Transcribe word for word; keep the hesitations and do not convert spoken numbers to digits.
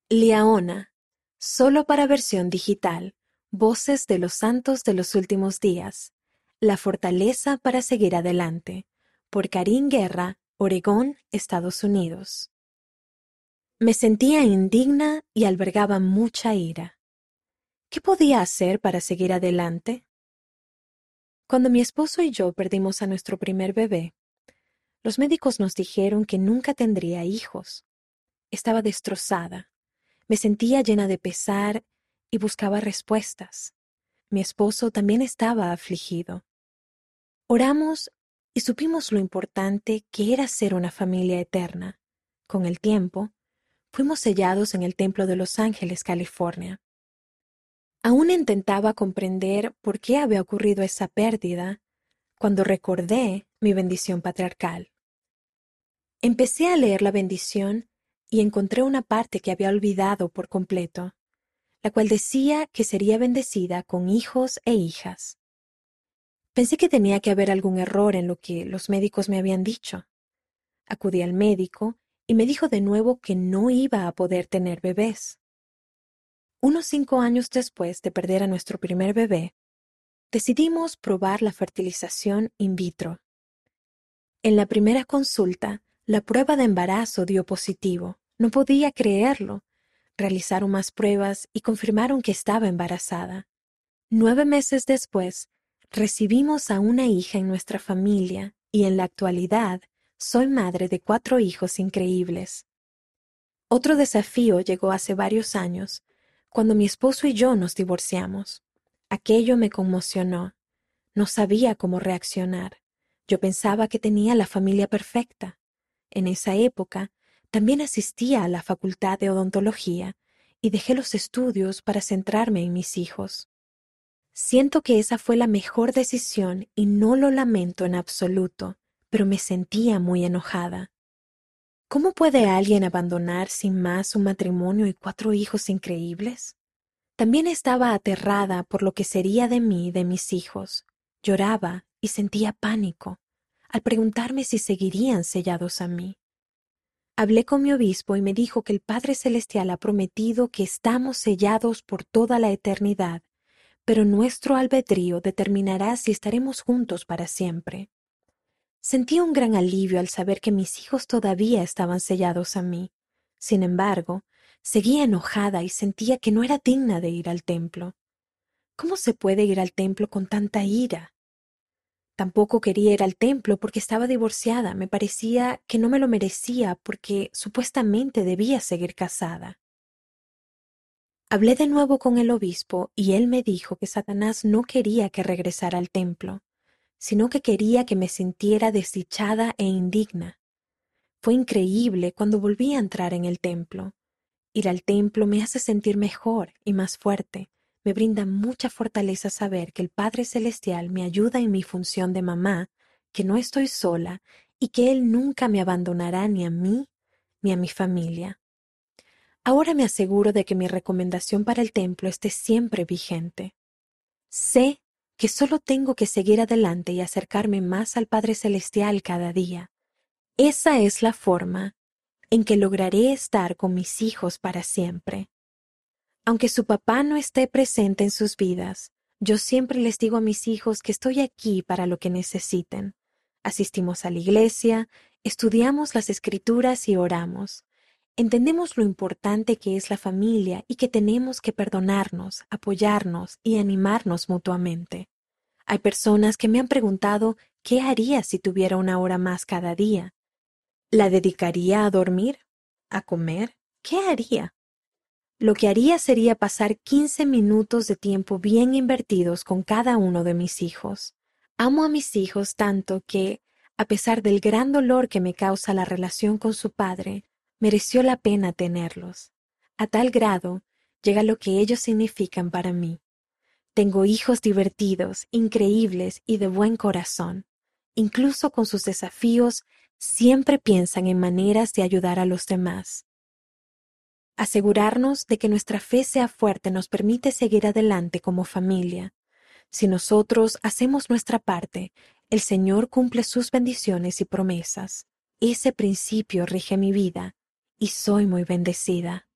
Liaona, solo para versión digital, Voces de los Santos de los Últimos Días, La Fortaleza para Seguir Adelante, por Karin Guerra, Oregón, Estados Unidos. Me sentía indigna y albergaba mucha ira. ¿Qué podía hacer para seguir adelante? Cuando mi esposo y yo perdimos a nuestro primer bebé, los médicos nos dijeron que nunca tendría hijos. Estaba destrozada. Me sentía llena de pesar y buscaba respuestas. Mi esposo también estaba afligido. Oramos y supimos lo importante que era ser una familia eterna. Con el tiempo, fuimos sellados en el Templo de Los Ángeles, California. Aún intentaba comprender por qué había ocurrido esa pérdida cuando recordé mi bendición patriarcal. Empecé a leer la bendición y encontré una parte que había olvidado por completo, la cual decía que sería bendecida con hijos e hijas. Pensé que tenía que haber algún error en lo que los médicos me habían dicho. Acudí al médico y me dijo de nuevo que no iba a poder tener bebés. Unos cinco años después de perder a nuestro primer bebé, decidimos probar la fertilización in vitro. En la primera consulta, la prueba de embarazo dio positivo. No podía creerlo. Realizaron más pruebas y confirmaron que estaba embarazada. Nueve meses después, recibimos a una hija en nuestra familia y en la actualidad soy madre de cuatro hijos increíbles. Otro desafío llegó hace varios años, cuando mi esposo y yo nos divorciamos. Aquello me conmocionó. No sabía cómo reaccionar. Yo pensaba que tenía la familia perfecta. En esa época, también asistía a la facultad de odontología y dejé los estudios para centrarme en mis hijos. Siento que esa fue la mejor decisión y no lo lamento en absoluto, pero me sentía muy enojada. ¿Cómo puede alguien abandonar sin más un matrimonio y cuatro hijos increíbles? También estaba aterrada por lo que sería de mí y de mis hijos. Lloraba y sentía pánico al preguntarme si seguirían sellados a mí. Hablé con mi obispo y me dijo que el Padre Celestial ha prometido que estamos sellados por toda la eternidad, pero nuestro albedrío determinará si estaremos juntos para siempre. Sentí un gran alivio al saber que mis hijos todavía estaban sellados a mí. Sin embargo, seguía enojada y sentía que no era digna de ir al templo. ¿Cómo se puede ir al templo con tanta ira? Tampoco quería ir al templo porque estaba divorciada. Me parecía que no me lo merecía porque supuestamente debía seguir casada. Hablé de nuevo con el obispo y él me dijo que Satanás no quería que regresara al templo, sino que quería que me sintiera desdichada e indigna. Fue increíble cuando volví a entrar en el templo. Ir al templo me hace sentir mejor y más fuerte. Me brinda mucha fortaleza saber que el Padre Celestial me ayuda en mi función de mamá, que no estoy sola y que Él nunca me abandonará ni a mí ni a mi familia. Ahora me aseguro de que mi recomendación para el templo esté siempre vigente. Sé que solo tengo que seguir adelante y acercarme más al Padre Celestial cada día. Esa es la forma en que lograré estar con mis hijos para siempre. Aunque su papá no esté presente en sus vidas, yo siempre les digo a mis hijos que estoy aquí para lo que necesiten. Asistimos a la iglesia, estudiamos las escrituras y oramos. Entendemos lo importante que es la familia y que tenemos que perdonarnos, apoyarnos y animarnos mutuamente. Hay personas que me han preguntado qué haría si tuviera una hora más cada día. ¿La dedicaría a dormir? ¿A comer? ¿Qué haría? Lo que haría sería pasar quince minutos de tiempo bien invertidos con cada uno de mis hijos. Amo a mis hijos tanto que, a pesar del gran dolor que me causa la relación con su padre, mereció la pena tenerlos. A tal grado llega lo que ellos significan para mí. Tengo hijos divertidos, increíbles y de buen corazón. Incluso con sus desafíos, siempre piensan en maneras de ayudar a los demás. Asegurarnos de que nuestra fe sea fuerte nos permite seguir adelante como familia. Si nosotros hacemos nuestra parte, el Señor cumple sus bendiciones y promesas. Ese principio rige mi vida y soy muy bendecida.